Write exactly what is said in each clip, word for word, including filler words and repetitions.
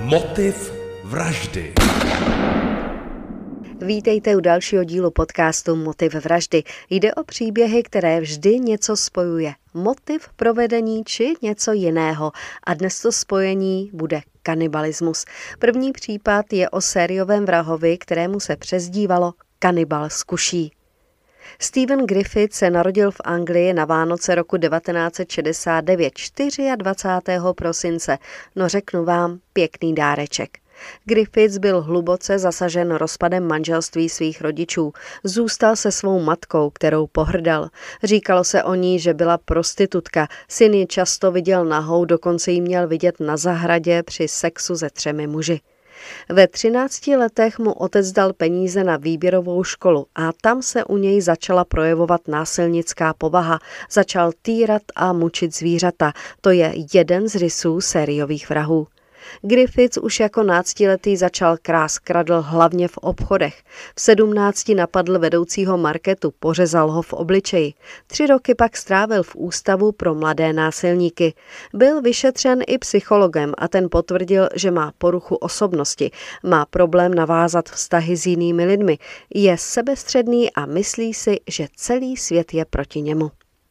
Motiv vraždy. Vítejte u dalšího dílu podcastu Motiv vraždy. Jde o příběhy, které vždy něco spojuje. Motiv provedení či něco jiného. A dnes to spojení bude kanibalismus. První případ je o sériovém vrahovi, kterému se přezdívalo Kanibal z Kuší. Stephen Griffith se narodil v Anglii na Vánoce roku devatenáct set šedesát devět, dvacátého čtvrtého prosince. No řeknu vám, pěkný dáreček. Griffith byl hluboce zasažen rozpadem manželství svých rodičů. Zůstal se svou matkou, kterou pohrdal. Říkalo se o ní, že byla prostitutka. Syn ji často viděl nahou, dokonce ji měl vidět na zahradě při sexu se třemi muži. Ve třinácti letech mu otec dal peníze na výběrovou školu a tam se u něj začala projevovat násilnická povaha. Začal týrat a mučit zvířata. To je jeden z rysů sériových vrahů. Griffith už jako náctiletý začal krást, kradl hlavně v obchodech. V sedmnácti napadl vedoucího marketu, pořezal ho v obličeji. Tři roky pak strávil v ústavu pro mladé násilníky. Byl vyšetřen i psychologem a ten potvrdil, že má poruchu osobnosti. Má problém navázat vztahy s jinými lidmi. Je sebestředný a myslí si, že celý svět je proti němu.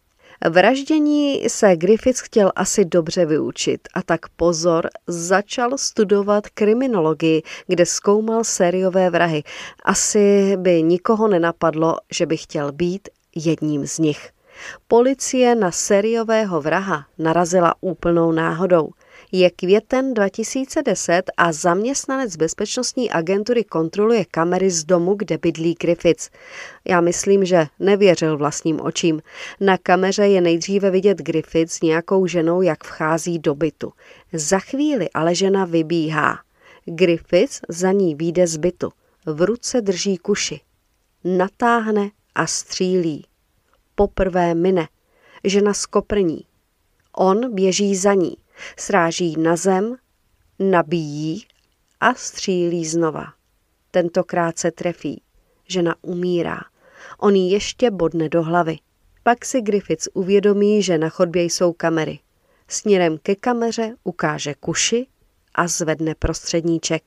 Vraždění se Griffith chtěl asi dobře vyučit a tak pozor, začal studovat kriminologii, kde zkoumal sériové vrahy. Asi by nikoho nenapadlo, že by chtěl být jedním z nich. Policie na sériového vraha narazila úplnou náhodou. Je květen dva tisíce deset a zaměstnanec bezpečnostní agentury kontroluje kamery z domu, kde bydlí Griffith. Já myslím, že nevěřil vlastním očím. Na kameře je nejdříve vidět Griffith s nějakou ženou, jak vchází do bytu. Za chvíli ale žena vybíhá. Griffith za ní vyjde z bytu. V ruce drží kuši. Natáhne a střílí. Poprvé mine. Žena skoprní. On běží za ní. Sráží na zem, nabíjí a střílí znova. Tentokrát se trefí. Žena umírá. On ji ještě bodne do hlavy. Pak si Griffith uvědomí, že na chodbě jsou kamery. Směrem ke kameře ukáže kuši a zvedne prostředníček.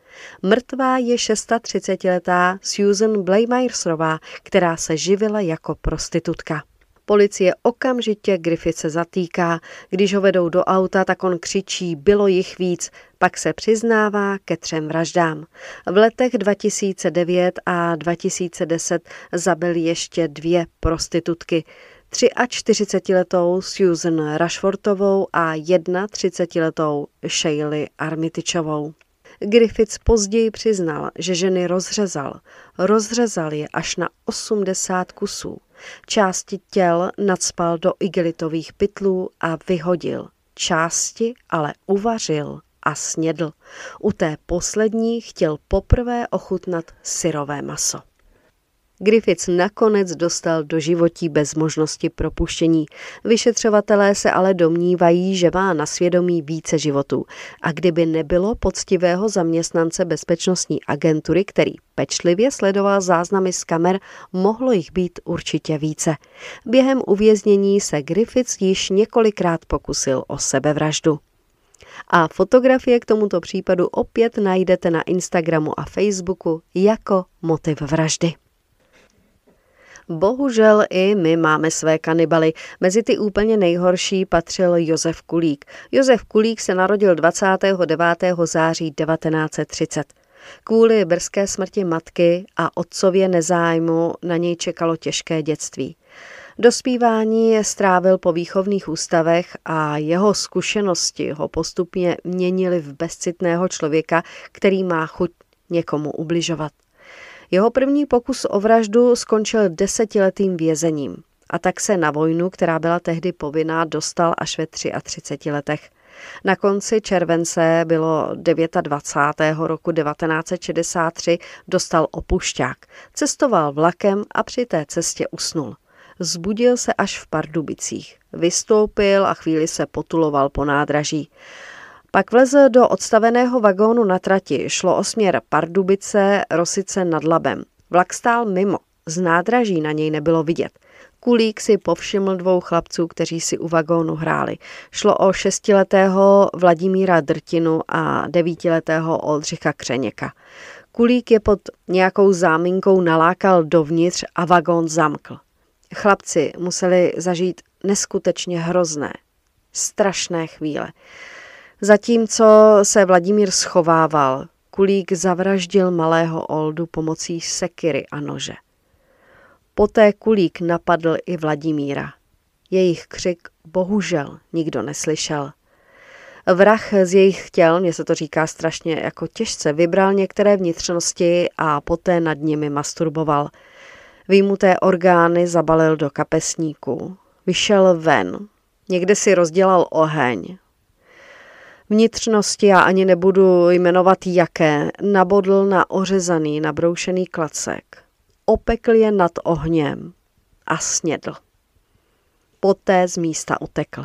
Mrtvá je třicetišestiletá Susan Blameirsová, která se živila jako prostitutka. Policie okamžitě Griffithe zatýká. Když ho vedou do auta, tak on křičí, bylo jich víc, pak se přiznává ke třem vraždám. V letech dva tisíce devět a dva tisíce deset zabil ještě dvě prostitutky. čtyřicetiletou Susan Rushfortovou a třicetiletou Shaylee Armitageovou. Griffith později přiznal, že ženy rozřezal. Rozřezal je až na osmdesát kusů. Části těl nacpal do igelitových pytlů a vyhodil. Části ale uvařil a snědl. U té poslední chtěl poprvé ochutnat syrové maso. Griffith nakonec dostal do životí bez možnosti propuštění. Vyšetřovatelé se ale domnívají, že má na svědomí více životů. A kdyby nebylo poctivého zaměstnance bezpečnostní agentury, který pečlivě sledoval záznamy z kamer, mohlo jich být určitě více. Během uvěznění se Griffith již několikrát pokusil o sebevraždu. A fotografie k tomuto případu opět najdete na Instagramu a Facebooku jako Motiv vraždy. Bohužel i my máme své kanibaly. Mezi ty úplně nejhorší patřil Josef Kulík. Josef Kulík se narodil dvacátého devátého září devatenáct set třicet. Kvůli brzké smrti matky a otcově nezájmu na něj čekalo těžké dětství. Dospívání strávil po výchovných ústavech a jeho zkušenosti ho postupně měnily v bezcitného člověka, který má chuť někomu ubližovat. Jeho první pokus o vraždu skončil desetiletým vězením a tak se na vojnu, která byla tehdy povinná, dostal až ve třiatřiceti letech. Na konci července bylo dvacátého devátého roku devatenáct set šedesát tři, dostal opušťák, cestoval vlakem a při té cestě usnul. Zbudil se až v Pardubicích, vystoupil a chvíli se potuloval po nádraží. Pak vlezl do odstaveného vagónu na trati, šlo o směr Pardubice, Rosice nad Labem. Vlak stál mimo. z nádraží na něj nebylo vidět. Kulík si povšiml dvou chlapců, kteří si u vagónu hráli. Šlo o šestiletého Vladimíra Drtinu a devítiletého Oldřicha Křeněka. Kulík je pod nějakou záminkou nalákal dovnitř a vagón zamkl. Chlapci museli zažít neskutečně hrozné, strašné chvíle. Zatímco se Vladimír schovával, Kulík zavraždil malého Oldu pomocí sekyry a nože. Poté Kulík napadl i Vladimíra. Jejich křik bohužel nikdo neslyšel. Vrah z jejich těl, mně se to říká strašně jako těžce, vybral některé vnitřnosti a poté nad nimi masturboval. Vyjmuté orgány zabalil do kapesníku. Vyšel ven. Někde si rozdělal oheň. Vnitřnosti, já ani nebudu jmenovat jaké, nabodl na ořezaný, nabroušený klacek. Opekl je nad ohněm a snědl. Poté z místa utekl.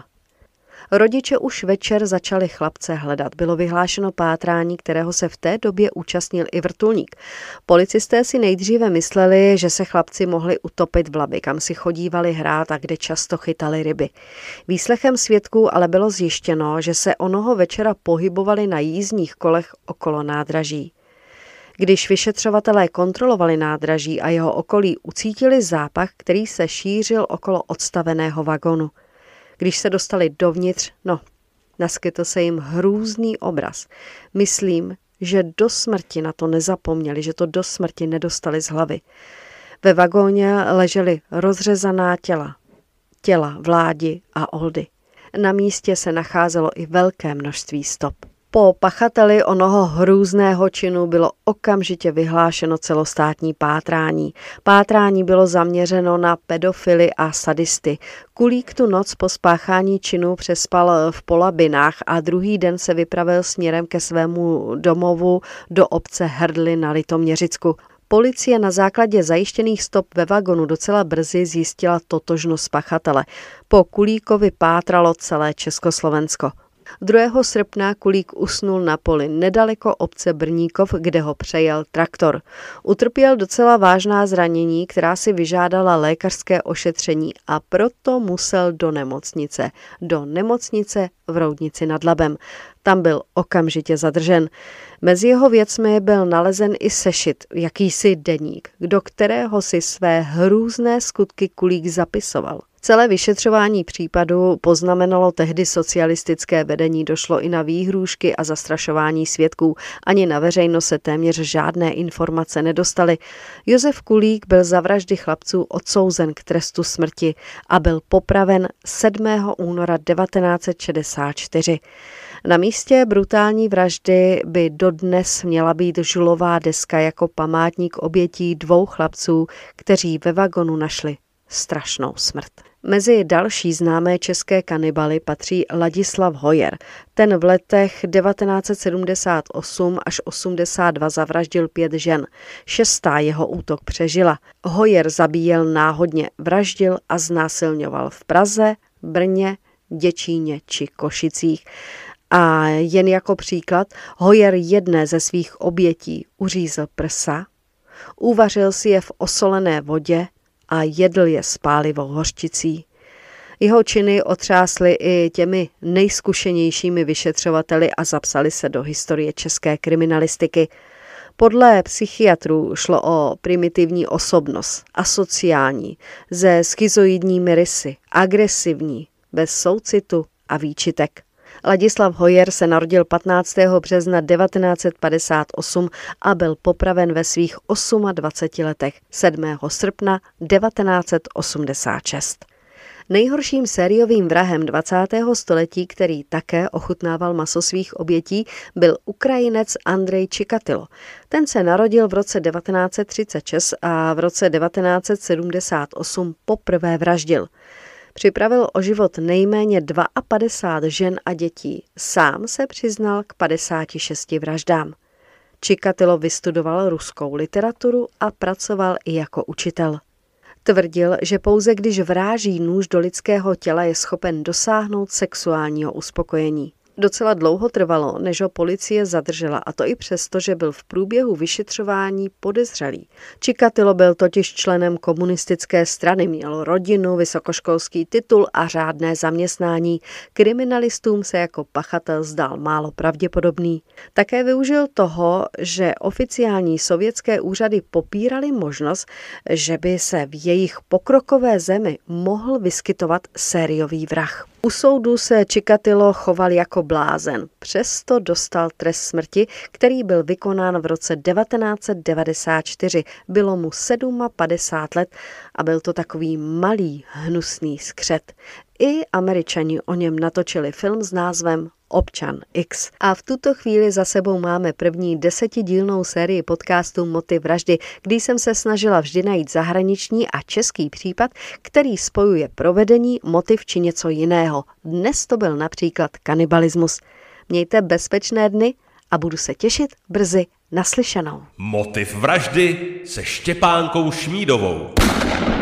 Rodiče už večer začali chlapce hledat. Bylo vyhlášeno pátrání, kterého se v té době účastnil i vrtulník. Policisté si nejdříve mysleli, že se chlapci mohli utopit v Labi, kam si chodívali hrát a kde často chytali ryby. Výslechem svědků ale bylo zjištěno, že se onoho večera pohybovali na jízdních kolech okolo nádraží. Když vyšetřovatelé kontrolovali nádraží a jeho okolí, ucítili zápach, který se šířil okolo odstaveného vagonu. Když se dostali dovnitř, no, naskytl se jim hrůzný obraz. Myslím, že do smrti na to nezapomněli, že to do smrti nedostali z hlavy. Ve vagóně ležely rozřezaná těla. Těla Vládi a Oldy. Na místě se nacházelo i velké množství stop. Po pachateli onoho hrůzného činu bylo okamžitě vyhlášeno celostátní pátrání. Pátrání bylo zaměřeno na pedofily a sadisty. Kulík tu noc po spáchání činu přespal v Polabinách a druhý den se vypravil směrem ke svému domovu do obce Hrdly na Litoměřicku. Policie na základě zajištěných stop ve vagonu docela brzy zjistila totožnost pachatele. Po Kulíkovi pátralo celé Československo. druhého srpna Kulík usnul na poli nedaleko obce Brníkov, kde ho přejel traktor. Utrpěl docela vážná zranění, která si vyžádala lékařské ošetření a proto musel do nemocnice. Do nemocnice v Roudnici nad Labem. Tam byl okamžitě zadržen. Mezi jeho věcmi byl nalezen i sešit, jakýsi deník, do kterého si své hrůzné skutky Kulík zapisoval. Celé vyšetřování případu poznamenalo tehdy socialistické vedení, došlo i na výhrůžky a zastrašování svědků. Ani na veřejnost se téměř žádné informace nedostaly. Josef Kulík byl za vraždy chlapců odsouzen k trestu smrti a byl popraven sedmého února devatenáct set šedesát čtyři. Na místě brutální vraždy by dodnes měla být žulová deska jako památník obětí dvou chlapců, kteří ve vagonu našli strašnou smrt. Mezi další známé české kanibaly patří Ladislav Hojer. Ten v letech devatenáct set sedmdesát osm až osmdesát dva zavraždil pět žen. Šestá jeho útok přežila. Hojer zabíjel náhodně, vraždil a znásilňoval v Praze, Brně, Děčíně či Košicích. A jen jako příklad, Hojer jedné ze svých obětí uřízl prsa, uvařil si je v osolené vodě a jedl je s pálivou hořčicí. Jeho činy otřásly i těmi nejzkušenějšími vyšetřovateli a zapsali se do historie české kriminalistiky. Podle psychiatrů šlo o primitivní osobnost, asociální, se schizoidními rysy, agresivní, bez soucitu a výčitek. Ladislav Hojer se narodil patnáctého března devatenáct set padesát osm a byl popraven ve svých dvaceti osmi letech sedmého srpna devatenáct set osmdesát šest. Nejhorším sériovým vrahem dvacátého století, který také ochutnával maso svých obětí, byl Ukrajinec Andrej Čikatilo. Ten se narodil v roce devatenáct set třicet šest a v roce devatenáct set sedmdesát osm poprvé vraždil. Připravil o život nejméně padesát dva žen a dětí. Sám se přiznal k padesáti šesti vraždám. Čikatilo vystudoval ruskou literaturu a pracoval i jako učitel. Tvrdil, že pouze když vráží nůž do lidského těla, je schopen dosáhnout sexuálního uspokojení. Docela dlouho trvalo, než ho policie zadržela, a to i přesto, že byl v průběhu vyšetřování podezřelý. Čikatilo byl totiž členem komunistické strany, měl rodinu, vysokoškolský titul a řádné zaměstnání. Kriminalistům se jako pachatel zdál málo pravděpodobný. Také využil toho, že oficiální sovětské úřady popíraly možnost, že by se v jejich pokrokové zemi mohl vyskytovat sériový vrah. U soudu se Čikatilo choval jako blázen, přesto dostal trest smrti, který byl vykonán v roce devatenáct set devadesát čtyři. Bylo mu padesát sedm let a byl to takový malý, hnusný skřet. I Američani o něm natočili film s názvem Občan X. A v tuto chvíli za sebou máme první desetidílnou sérii podcastu Motiv vraždy, kdy jsem se snažila vždy najít zahraniční a český případ, který spojuje provedení, motiv či něco jiného. Dnes to byl například kanibalismus. Mějte bezpečné dny a budu se těšit brzy naslyšenou. Motiv vraždy se Štěpánkou Šmídovou.